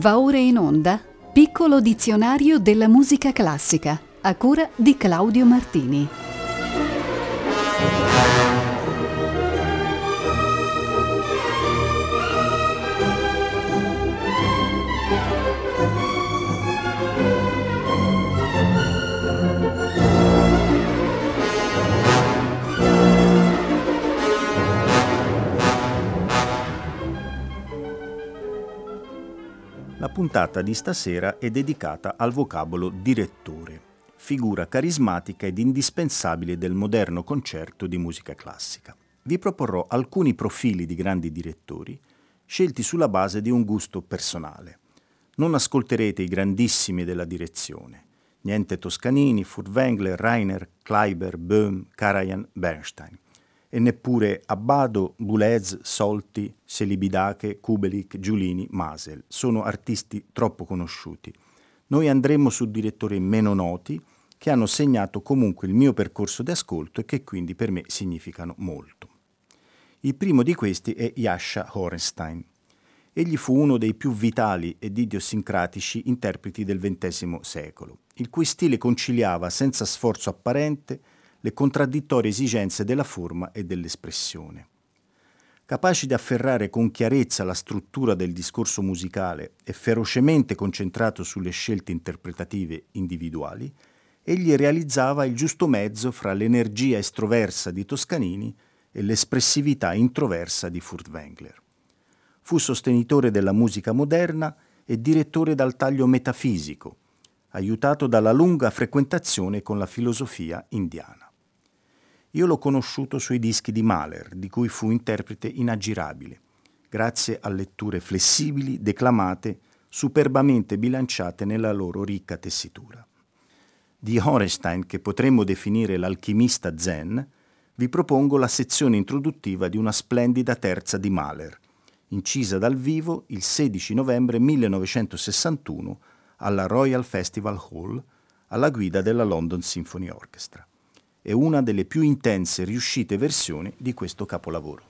Va ora in onda Piccolo dizionario della musica classica, a cura di Claudio Martini. La puntata di stasera è dedicata al vocabolo direttore, figura carismatica ed indispensabile del moderno concerto di musica classica. Vi proporrò alcuni profili di grandi direttori, scelti sulla base di un gusto personale. Non ascolterete i grandissimi della direzione, niente Toscanini, Furtwängler, Reiner, Kleiber, Böhm, Karajan, Bernstein. E neppure Abbado, Boulez, Solti, Celibidache, Kubelik, Giulini, Masel. Sono artisti troppo conosciuti. Noi andremo su direttori meno noti che hanno segnato comunque il mio percorso di ascolto e che quindi per me significano molto. Il primo di questi è Jascha Hornstein. Egli fu uno dei più vitali ed idiosincratici interpreti del XX secolo, il cui stile conciliava senza sforzo apparente le contraddittorie esigenze della forma e dell'espressione. Capaci di afferrare con chiarezza la struttura del discorso musicale e ferocemente concentrato sulle scelte interpretative individuali, egli realizzava il giusto mezzo fra l'energia estroversa di Toscanini e l'espressività introversa di Furtwängler. Fu sostenitore della musica moderna e direttore dal taglio metafisico, aiutato dalla lunga frequentazione con la filosofia indiana. Io l'ho conosciuto sui dischi di Mahler, di cui fu interprete inaggirabile, grazie a letture flessibili, declamate, superbamente bilanciate nella loro ricca tessitura. Di Hornstein, che potremmo definire l'alchimista zen, vi propongo la sezione introduttiva di una splendida terza di Mahler, incisa dal vivo il 16 novembre 1961 alla Royal Festival Hall, alla guida della London Symphony Orchestra. È una delle più intense e riuscite versioni di questo capolavoro.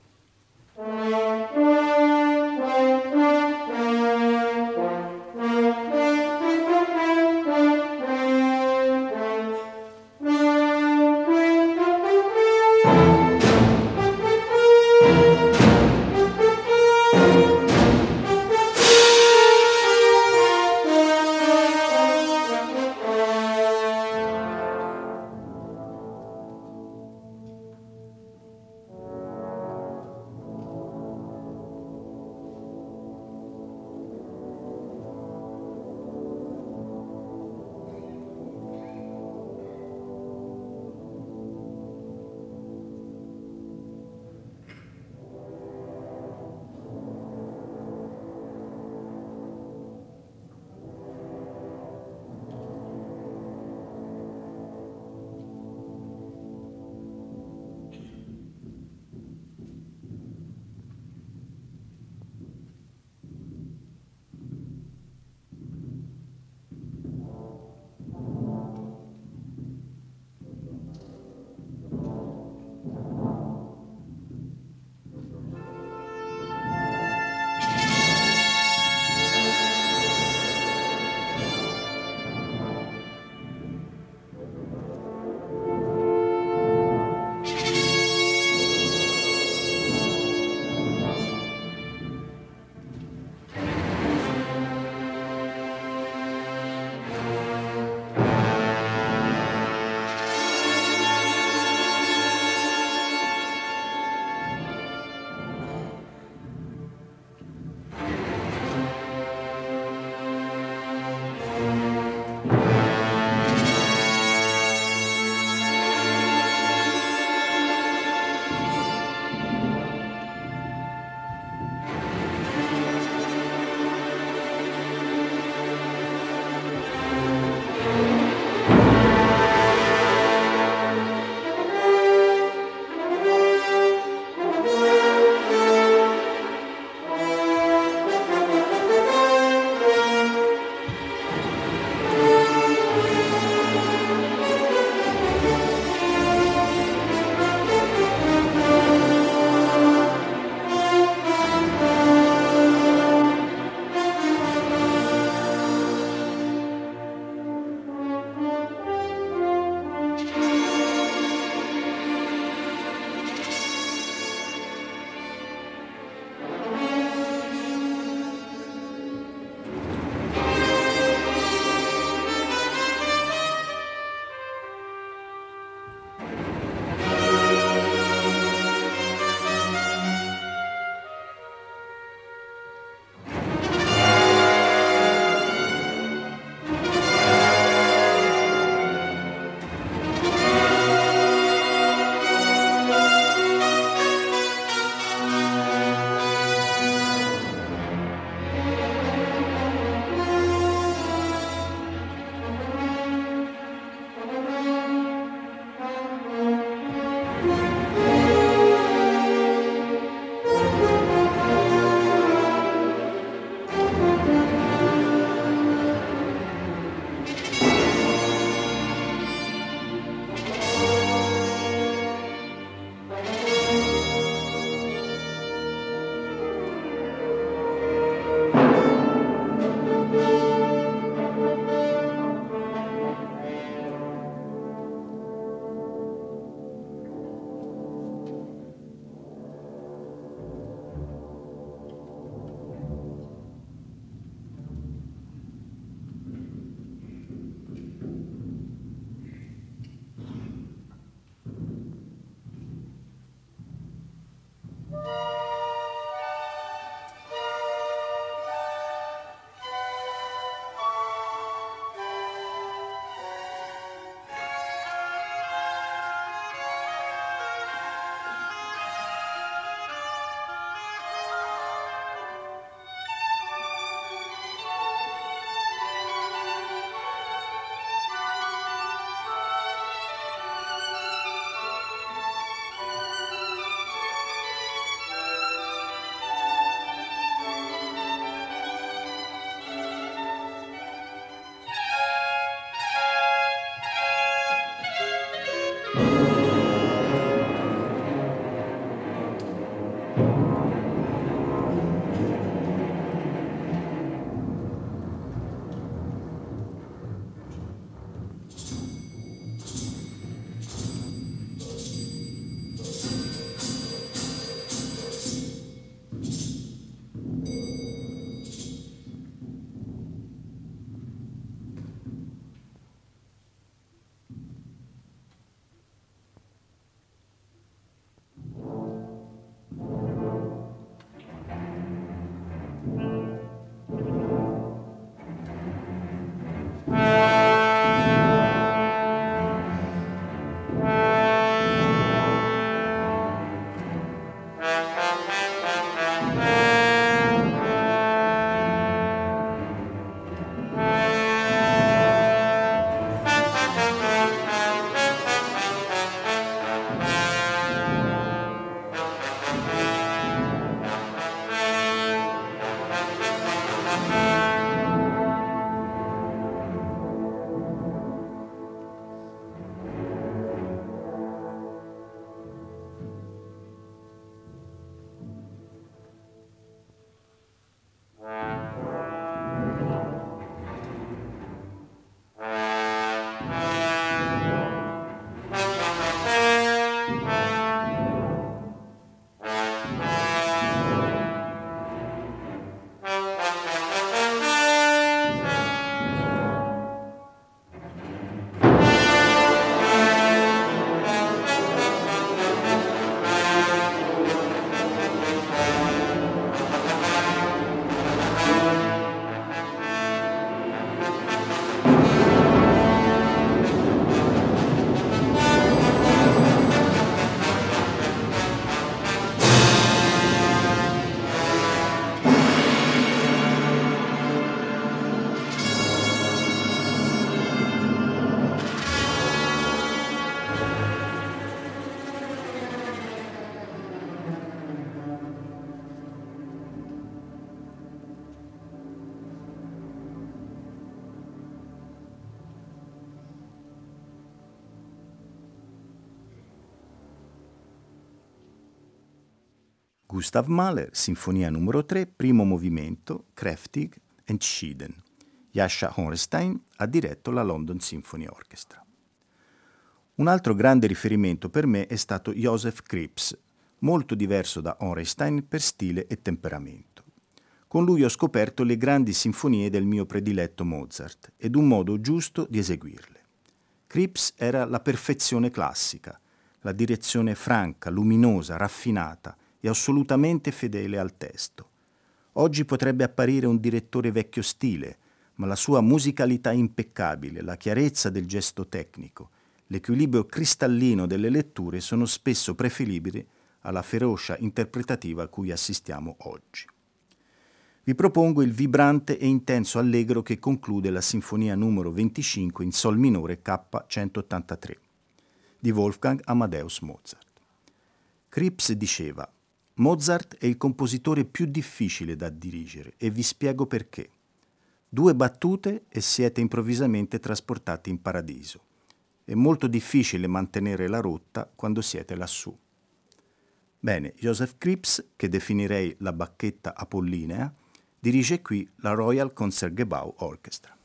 Gustav Mahler, Sinfonia numero 3, primo movimento, Kräftig, Entschieden. Jascha Hornstein ha diretto la London Symphony Orchestra. Un altro grande riferimento per me è stato Joseph Krips, molto diverso da Hornstein per stile e temperamento. Con lui ho scoperto le grandi sinfonie del mio prediletto Mozart ed un modo giusto di eseguirle. Krips era la perfezione classica, la direzione franca, luminosa, raffinata e assolutamente fedele al testo. Oggi potrebbe apparire un direttore vecchio stile, ma la sua musicalità impeccabile, la chiarezza del gesto tecnico, l'equilibrio cristallino delle letture sono spesso preferibili alla ferocia interpretativa a cui assistiamo oggi. Vi propongo il vibrante e intenso allegro che conclude la Sinfonia numero 25 in Sol minore K183 di Wolfgang Amadeus Mozart. Krips diceva: Mozart è il compositore più difficile da dirigere e vi spiego perché. 2 battute e siete improvvisamente trasportati in paradiso. È molto difficile mantenere la rotta quando siete lassù. Bene, Joseph Krips, che definirei la bacchetta apollinea, dirige qui la Royal Concertgebouw Orchestra.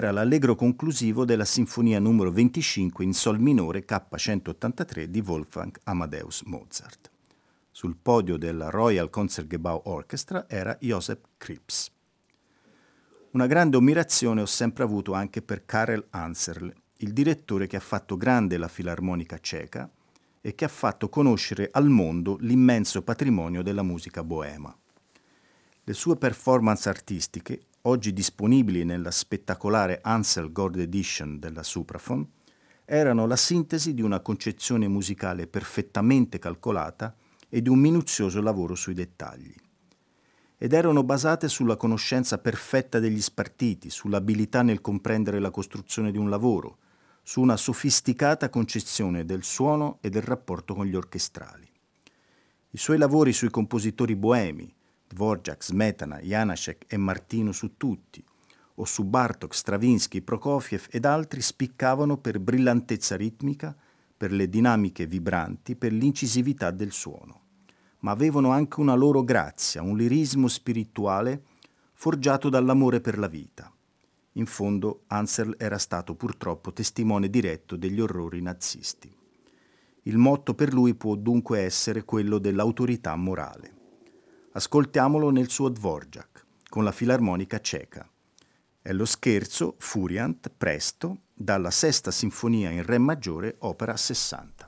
era l'allegro conclusivo della sinfonia numero 25 in sol minore K183 di Wolfgang Amadeus Mozart. Sul podio della Royal Concertgebouw Orchestra era Joseph Krips. Una grande ammirazione ho sempre avuto anche per Karel Anserl, il direttore che ha fatto grande la Filarmonica Ceca e che ha fatto conoscere al mondo l'immenso patrimonio della musica boema. Le sue performance artistiche, oggi disponibili nella spettacolare Ansel Gold Edition della Supraphon, erano la sintesi di una concezione musicale perfettamente calcolata e di un minuzioso lavoro sui dettagli. Ed erano basate sulla conoscenza perfetta degli spartiti, sull'abilità nel comprendere la costruzione di un lavoro, su una sofisticata concezione del suono e del rapporto con gli orchestrali. I suoi lavori sui compositori boemi, Dvorak, Smetana, Janacek e Martino su tutti, o su Bartók, Stravinsky, Prokofiev ed altri spiccavano per brillantezza ritmica, per le dinamiche vibranti, per l'incisività del suono, ma avevano anche una loro grazia, un lirismo spirituale forgiato dall'amore per la vita. In fondo Anserl era stato purtroppo testimone diretto degli orrori nazisti. Il motto per lui può dunque essere quello dell'autorità morale. Ascoltiamolo nel suo Dvorak, con la Filarmonica Ceca. È lo scherzo Furiant, presto, dalla Sesta Sinfonia in Re maggiore, opera 60.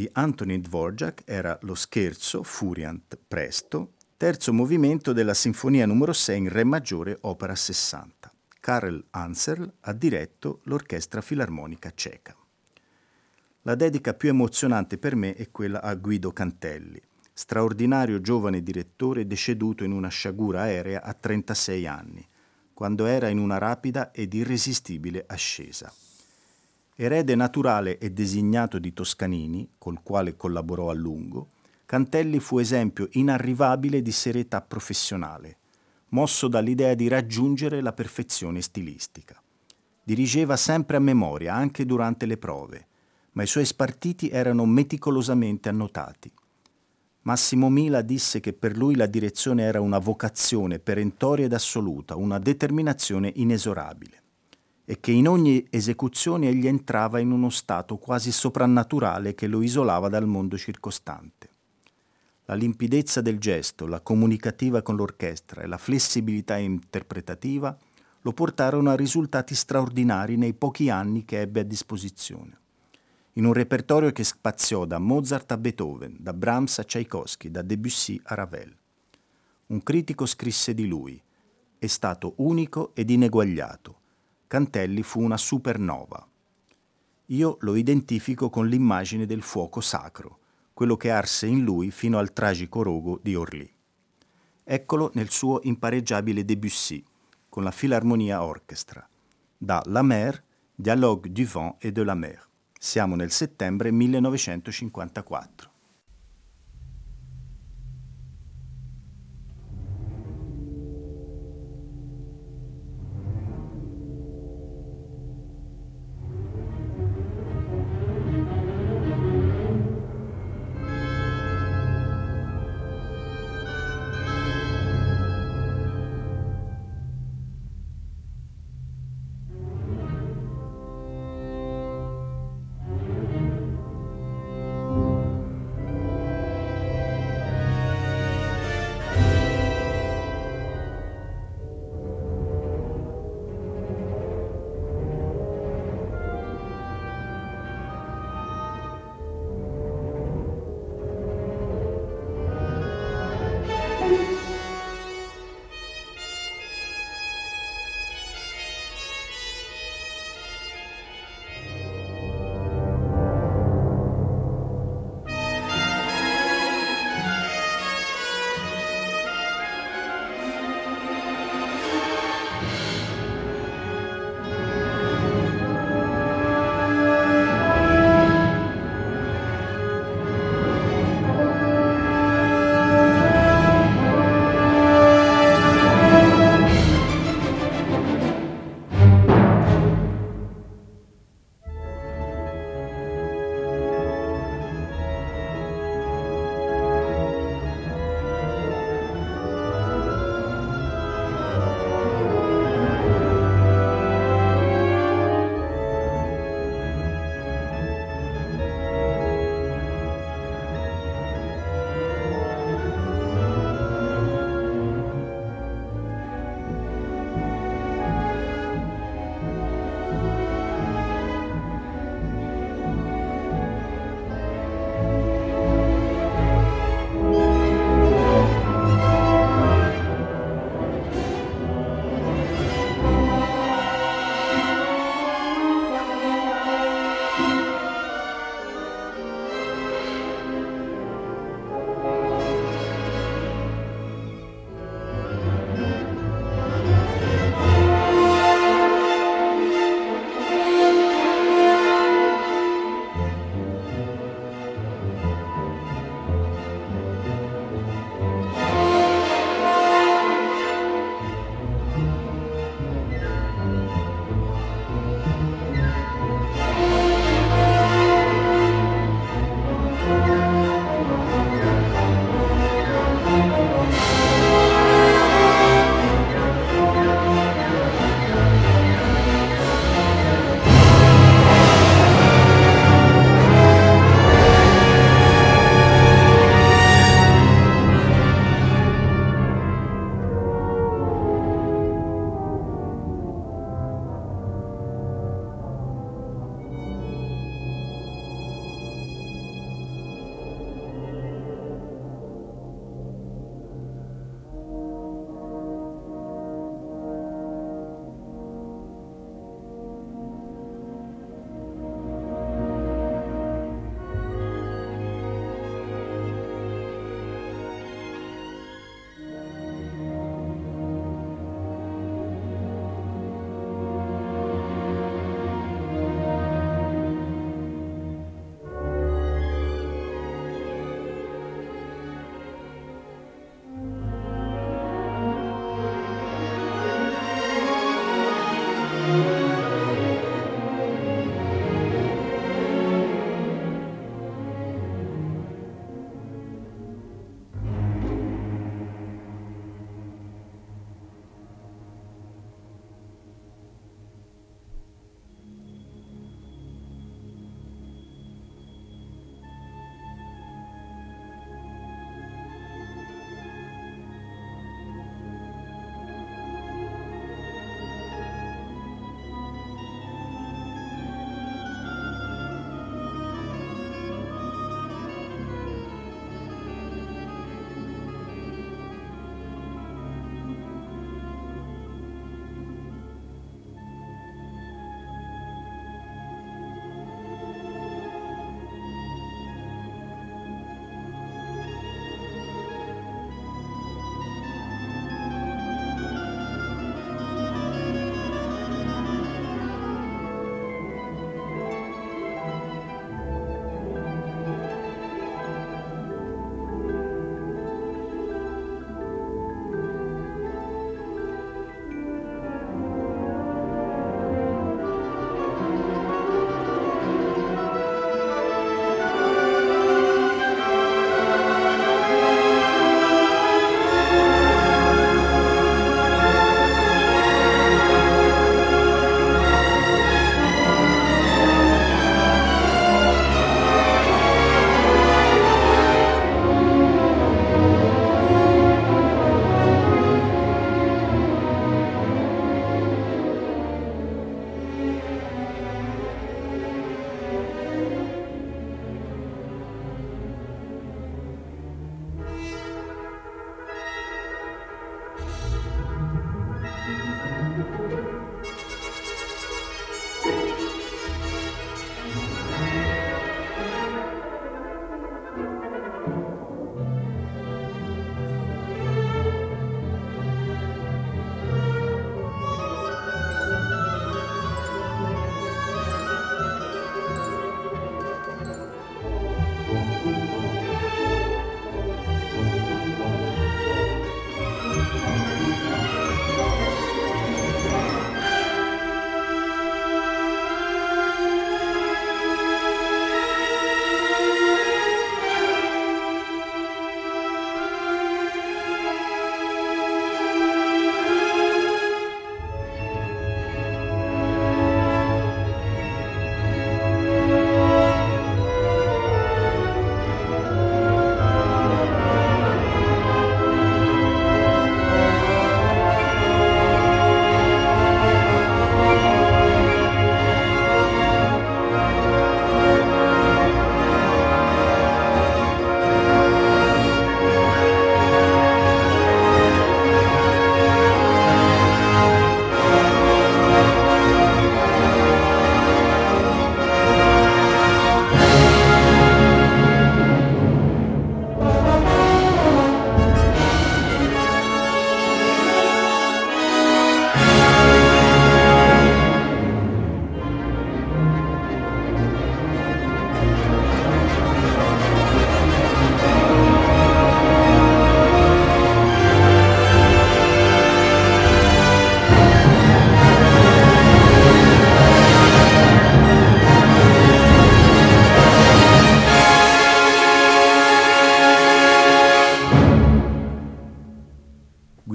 di Antonín Dvořák era lo scherzo Furiant presto, terzo movimento della Sinfonia numero 6 in Re maggiore, opera 60. Karel Anserl ha diretto l'Orchestra Filarmonica Ceca. La dedica più emozionante per me è quella a Guido Cantelli, straordinario giovane direttore deceduto in una sciagura aerea a 36 anni, quando era in una rapida ed irresistibile ascesa. Erede naturale e designato di Toscanini, col quale collaborò a lungo, Cantelli fu esempio inarrivabile di serietà professionale, mosso dall'idea di raggiungere la perfezione stilistica. Dirigeva sempre a memoria, anche durante le prove, ma i suoi spartiti erano meticolosamente annotati. Massimo Mila disse che per lui la direzione era una vocazione perentoria ed assoluta, una determinazione inesorabile, e che in ogni esecuzione egli entrava in uno stato quasi soprannaturale che lo isolava dal mondo circostante. La limpidezza del gesto, la comunicativa con l'orchestra e la flessibilità interpretativa lo portarono a risultati straordinari nei pochi anni che ebbe a disposizione. In un repertorio che spaziò da Mozart a Beethoven, da Brahms a Tchaikovsky, da Debussy a Ravel. Un critico scrisse di lui: è stato unico ed ineguagliato. Cantelli fu una supernova. Io lo identifico con l'immagine del fuoco sacro, quello che arse in lui fino al tragico rogo di Orly. Eccolo nel suo impareggiabile Debussy, con la Filarmonia Orchestra, da La Mer, Dialogue du vent et de la mer. Siamo nel settembre 1954.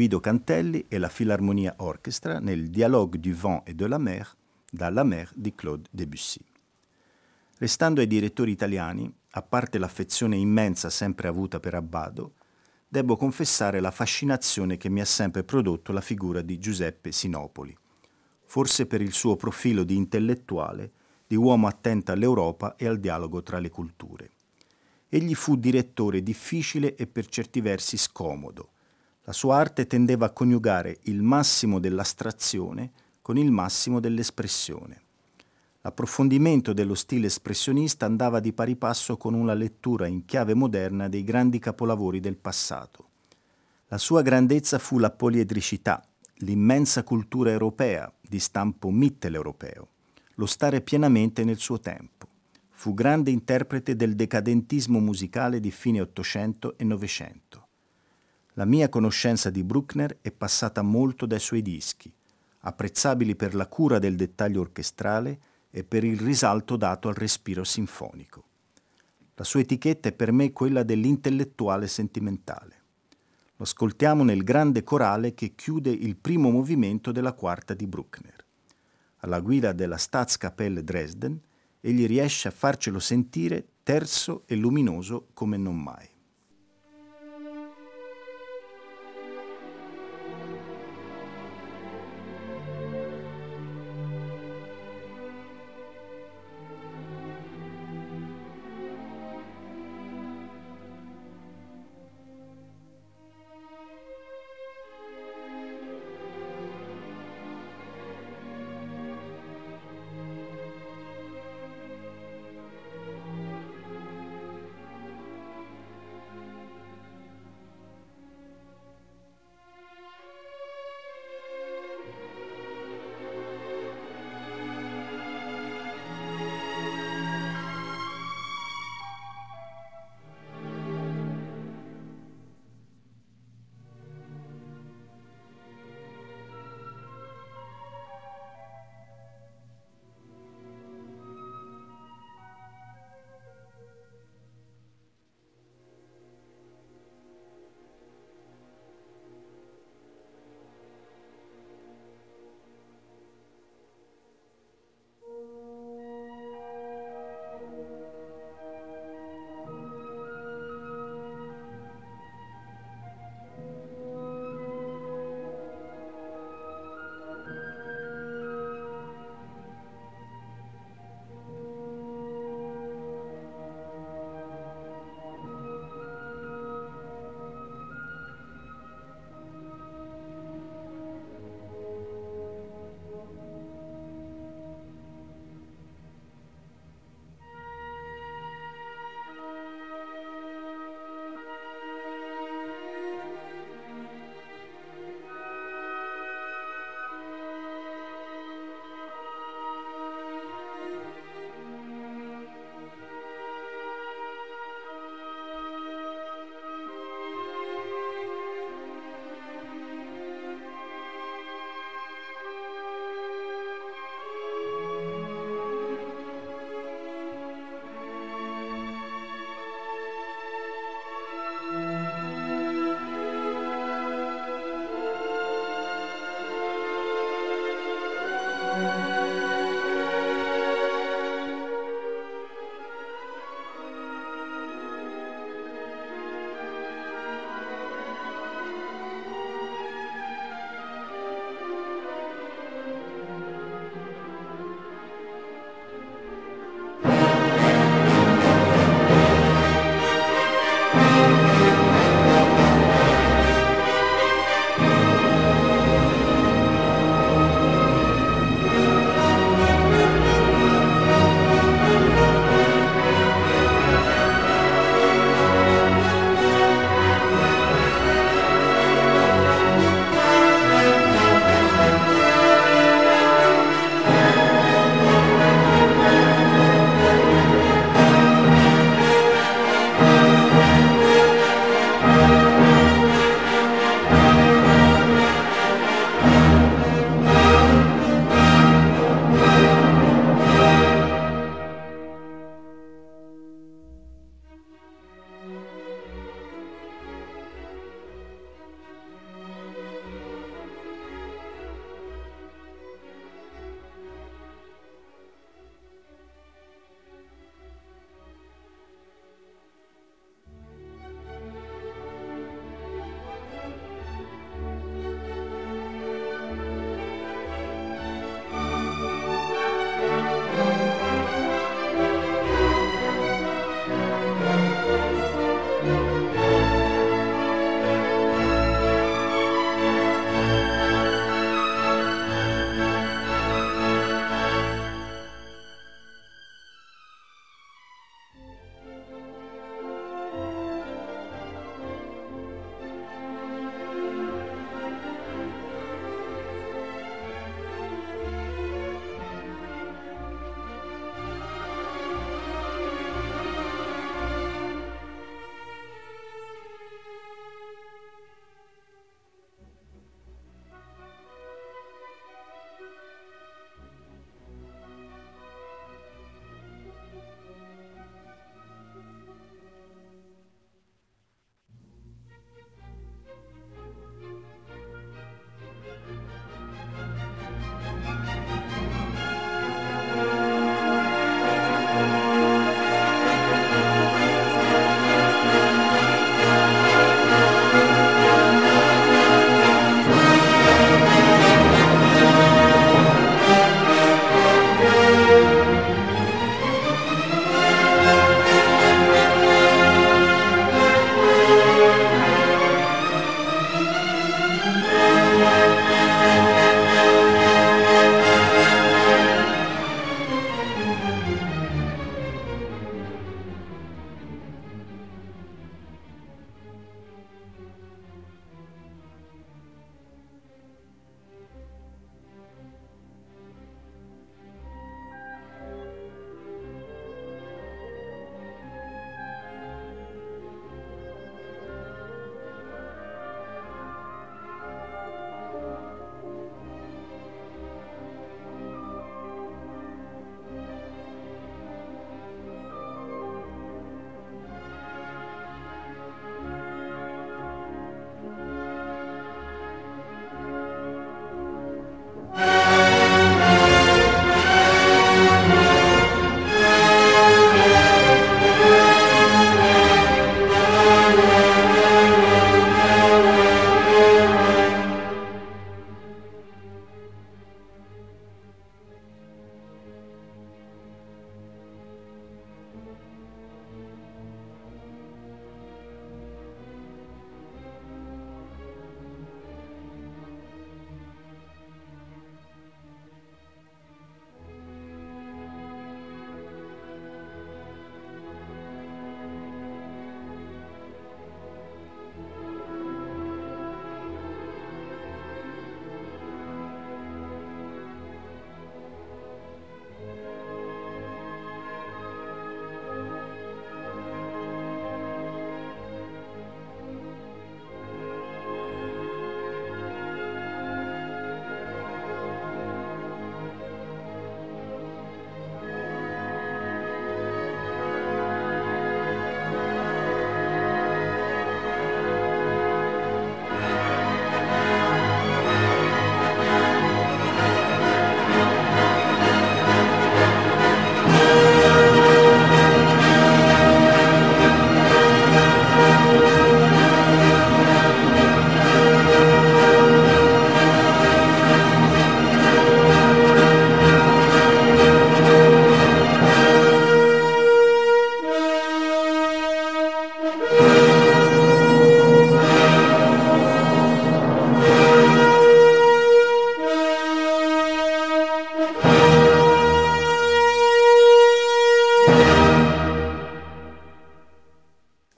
Guido Cantelli e la Philharmonia Orchestra nel Dialogue du vent et de la mer, dalla mer di Claude Debussy. Restando ai direttori italiani, a parte l'affezione immensa sempre avuta per Abbado, debbo confessare la fascinazione che mi ha sempre prodotto la figura di Giuseppe Sinopoli, forse per il suo profilo di intellettuale, di uomo attento all'Europa e al dialogo tra le culture. Egli fu direttore difficile e per certi versi scomodo. La sua arte tendeva a coniugare il massimo dell'astrazione con il massimo dell'espressione. L'approfondimento dello stile espressionista andava di pari passo con una lettura in chiave moderna dei grandi capolavori del passato. La sua grandezza fu la poliedricità, l'immensa cultura europea di stampo mitteleuropeo, lo stare pienamente nel suo tempo. Fu grande interprete del decadentismo musicale di fine Ottocento e Novecento. La mia conoscenza di Bruckner è passata molto dai suoi dischi, apprezzabili per la cura del dettaglio orchestrale e per il risalto dato al respiro sinfonico. La sua etichetta è per me quella dell'intellettuale sentimentale. Lo ascoltiamo nel grande corale che chiude il primo movimento della quarta di Bruckner. Alla guida della Staatskapelle Dresden, egli riesce a farcelo sentire terso e luminoso come non mai.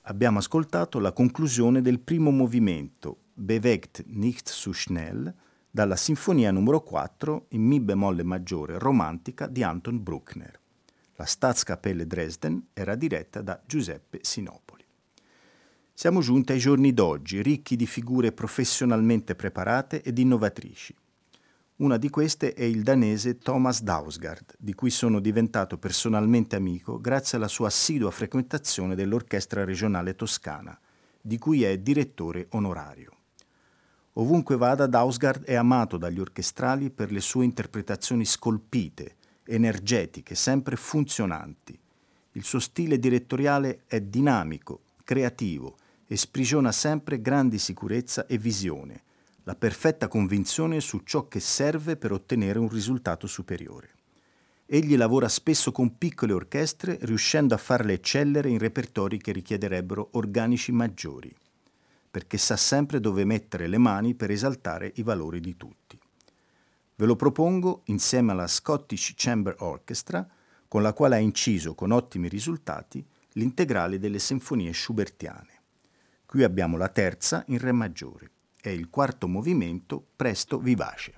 Abbiamo ascoltato la conclusione del primo movimento, Bewegt nicht zu schnell, dalla Sinfonia numero 4 in Mi bemolle maggiore romantica di Anton Bruckner. La Staatskapelle Dresden era diretta da Giuseppe Sinopoli. Siamo giunti ai giorni d'oggi, ricchi di figure professionalmente preparate ed innovatrici. Una di queste è il danese Thomas Dausgaard, di cui sono diventato personalmente amico grazie alla sua assidua frequentazione dell'Orchestra Regionale Toscana, di cui è direttore onorario. Ovunque vada, Dausgaard è amato dagli orchestrali per le sue interpretazioni scolpite, energetiche, sempre funzionanti. Il suo stile direttoriale è dinamico, creativo e sprigiona sempre grande sicurezza e visione, la perfetta convinzione su ciò che serve per ottenere un risultato superiore. Egli lavora spesso con piccole orchestre, riuscendo a farle eccellere in repertori che richiederebbero organici maggiori, perché sa sempre dove mettere le mani per esaltare i valori di tutti. Ve lo propongo insieme alla Scottish Chamber Orchestra, con la quale ha inciso con ottimi risultati l'integrale delle sinfonie schubertiane. Qui abbiamo la terza in Re maggiore. È il quarto movimento, presto vivace.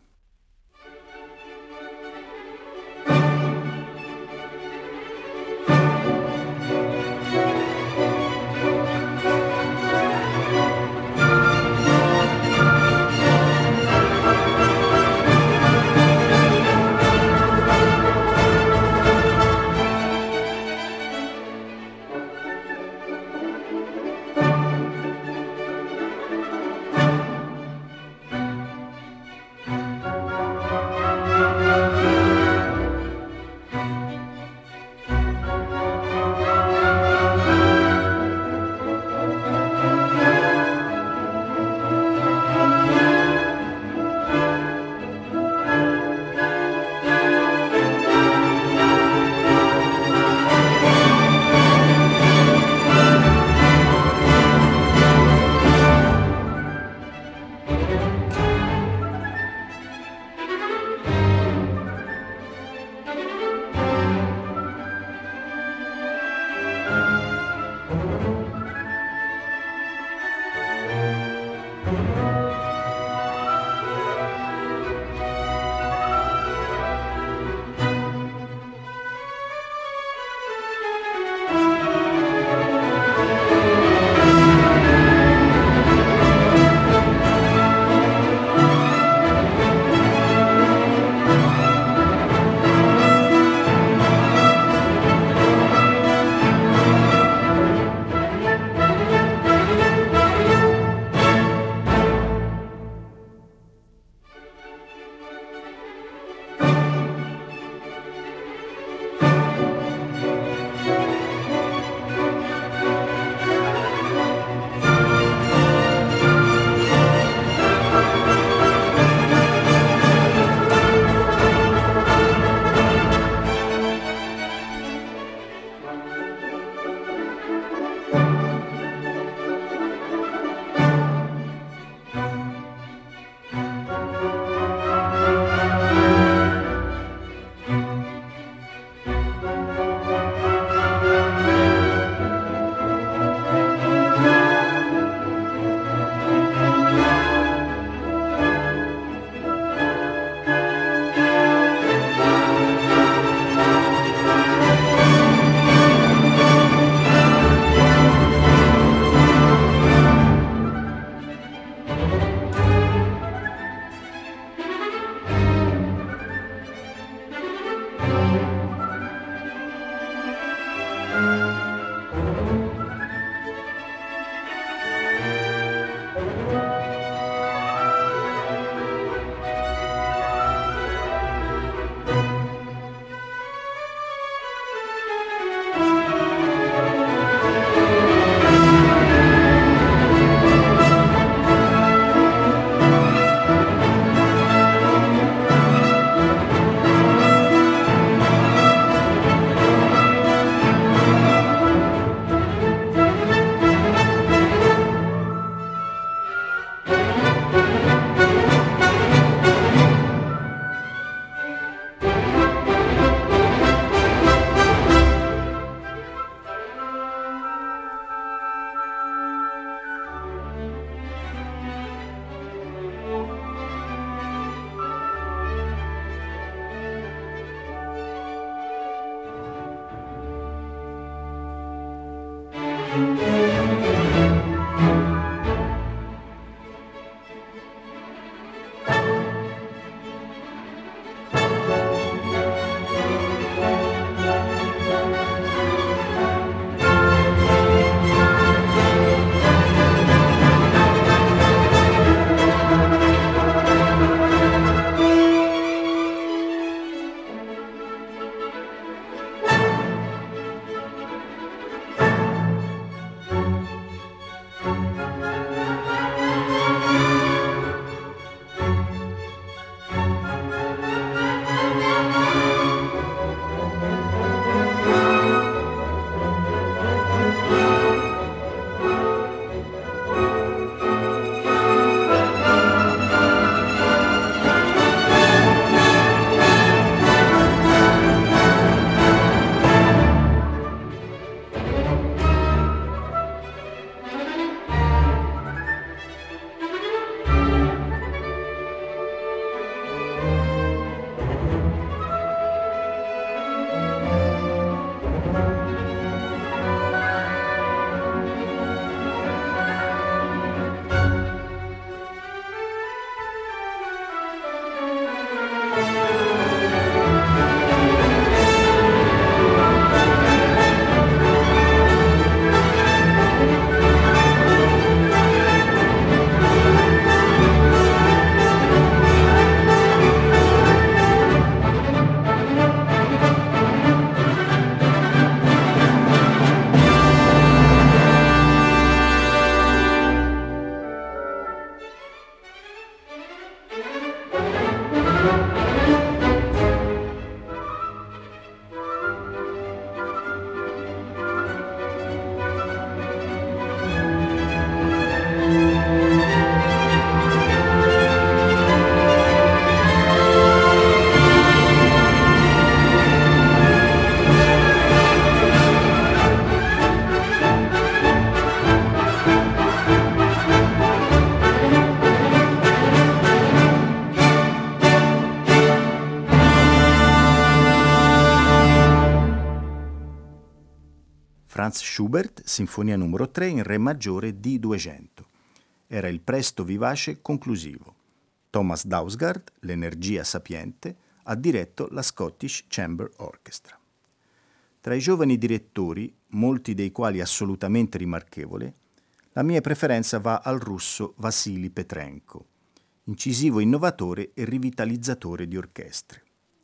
Franz Schubert, Sinfonia numero 3 in Re maggiore D200. Era il presto vivace conclusivo. Thomas Dausgaard, l'energia sapiente, ha diretto la Scottish Chamber Orchestra. Tra i giovani direttori, molti dei quali assolutamente rimarchevoli, la mia preferenza va al russo Vassili Petrenko, incisivo innovatore e rivitalizzatore di orchestre,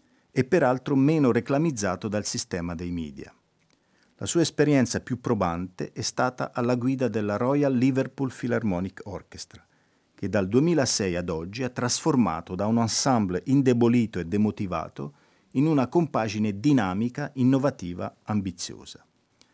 e peraltro meno reclamizzato dal sistema dei media. La sua esperienza più probante è stata alla guida della Royal Liverpool Philharmonic Orchestra, che dal 2006 ad oggi ha trasformato da un ensemble indebolito e demotivato in una compagine dinamica, innovativa, ambiziosa.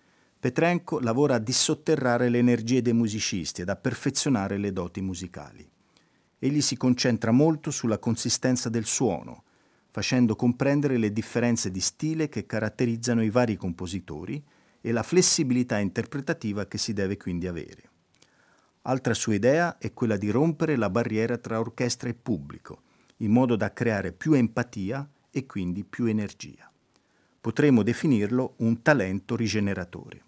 Petrenko lavora a dissotterrare le energie dei musicisti ed a perfezionare le doti musicali. Egli si concentra molto sulla consistenza del suono, facendo comprendere le differenze di stile che caratterizzano i vari compositori e la flessibilità interpretativa che si deve quindi avere. Altra sua idea è quella di rompere la barriera tra orchestra e pubblico, in modo da creare più empatia e quindi più energia. Potremmo definirlo un talento rigeneratore.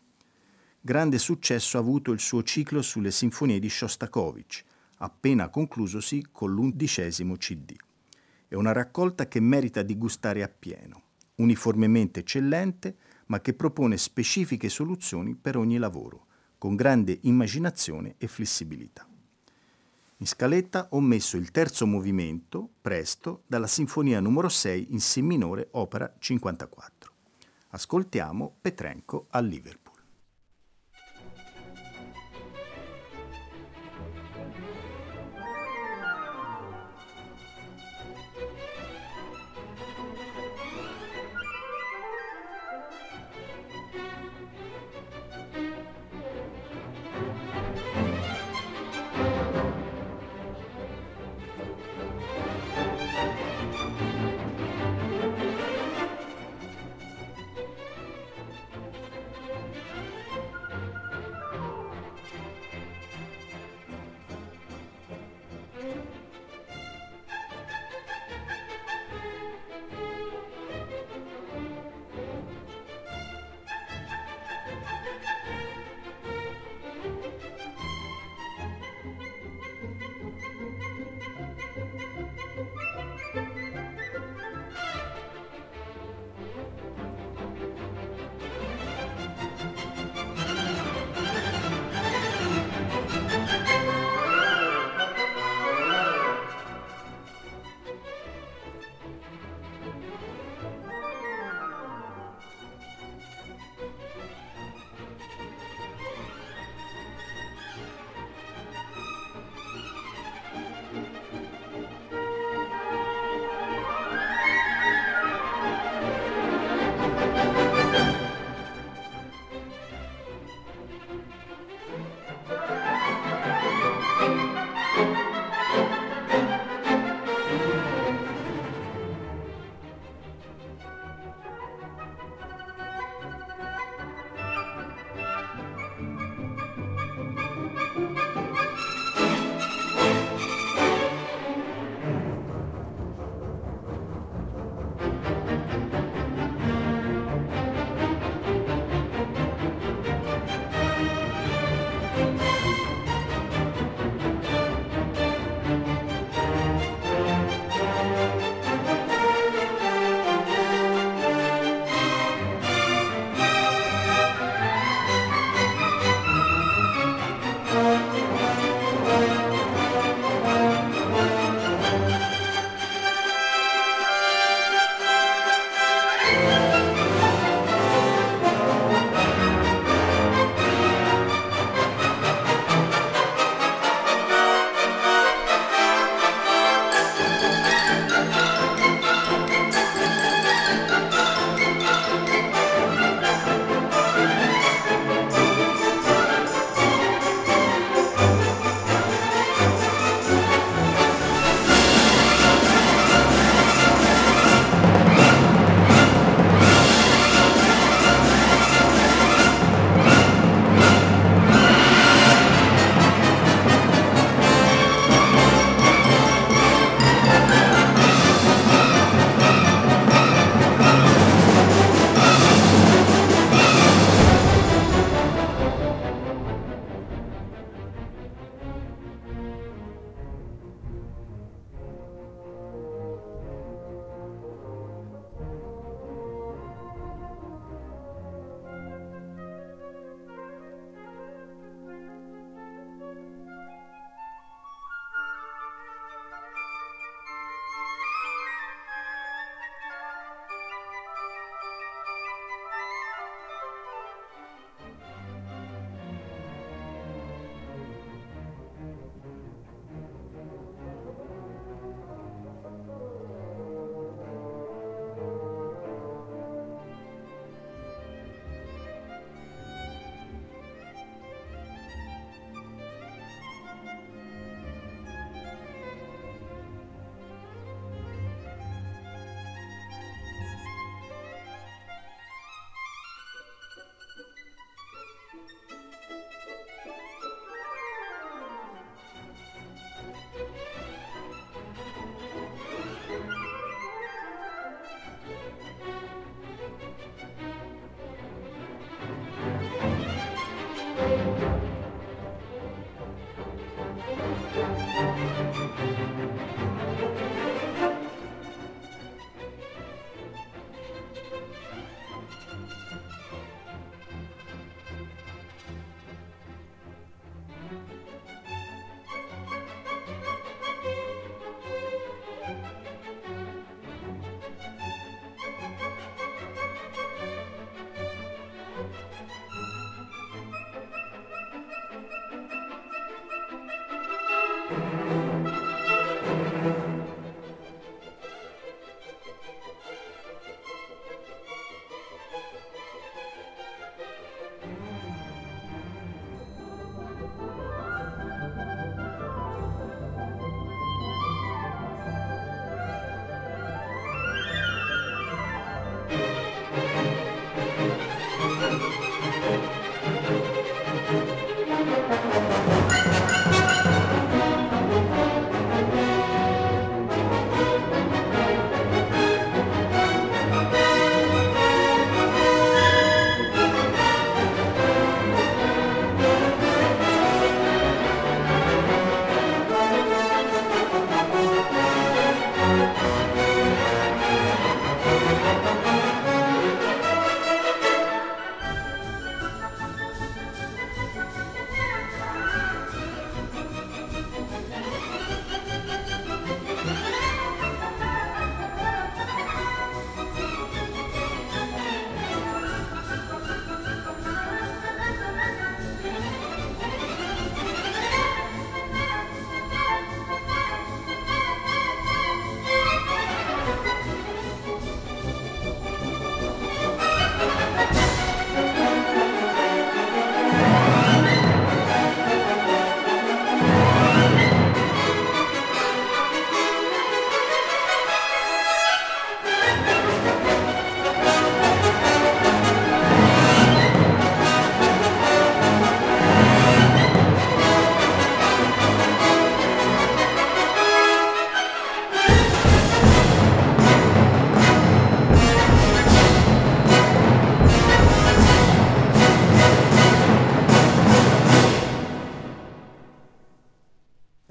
Grande successo ha avuto il suo ciclo sulle sinfonie di Shostakovich, appena conclusosi con l'11° CD. È una raccolta che merita di gustare appieno, uniformemente eccellente, ma che propone specifiche soluzioni per ogni lavoro, con grande immaginazione e flessibilità. In scaletta ho messo il terzo movimento, presto, dalla Sinfonia numero 6 in Si minore, opera 54. Ascoltiamo Petrenko a Liverpool.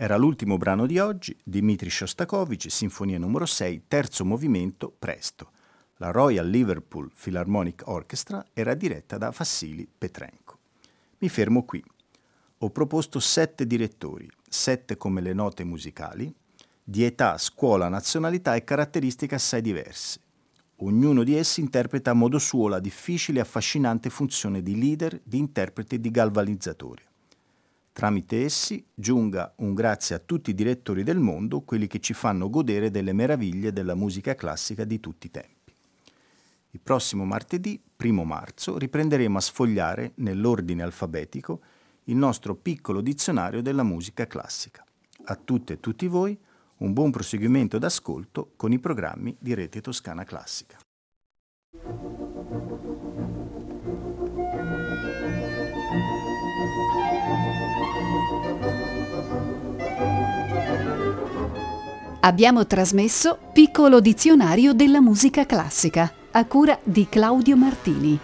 Era l'ultimo brano di oggi, Dmitri Shostakovich, Sinfonia numero 6, terzo movimento, Presto. La Royal Liverpool Philharmonic Orchestra era diretta da Vassili Petrenko. Mi fermo qui. Ho proposto 7 direttori, 7 come le note musicali, di età, scuola, nazionalità e caratteristiche assai diverse. Ognuno di essi interpreta a modo suo la difficile e affascinante funzione di leader, di interprete e di galvanizzatore. Tramite essi giunga un grazie a tutti i direttori del mondo, quelli che ci fanno godere delle meraviglie della musica classica di tutti i tempi. Il prossimo martedì, 1 marzo, riprenderemo a sfogliare, nell'ordine alfabetico, il nostro piccolo dizionario della musica classica. A tutte e tutti voi, un buon proseguimento d'ascolto con i programmi di Rete Toscana Classica. Abbiamo trasmesso Piccolo dizionario della musica classica, a cura di Claudio Martini.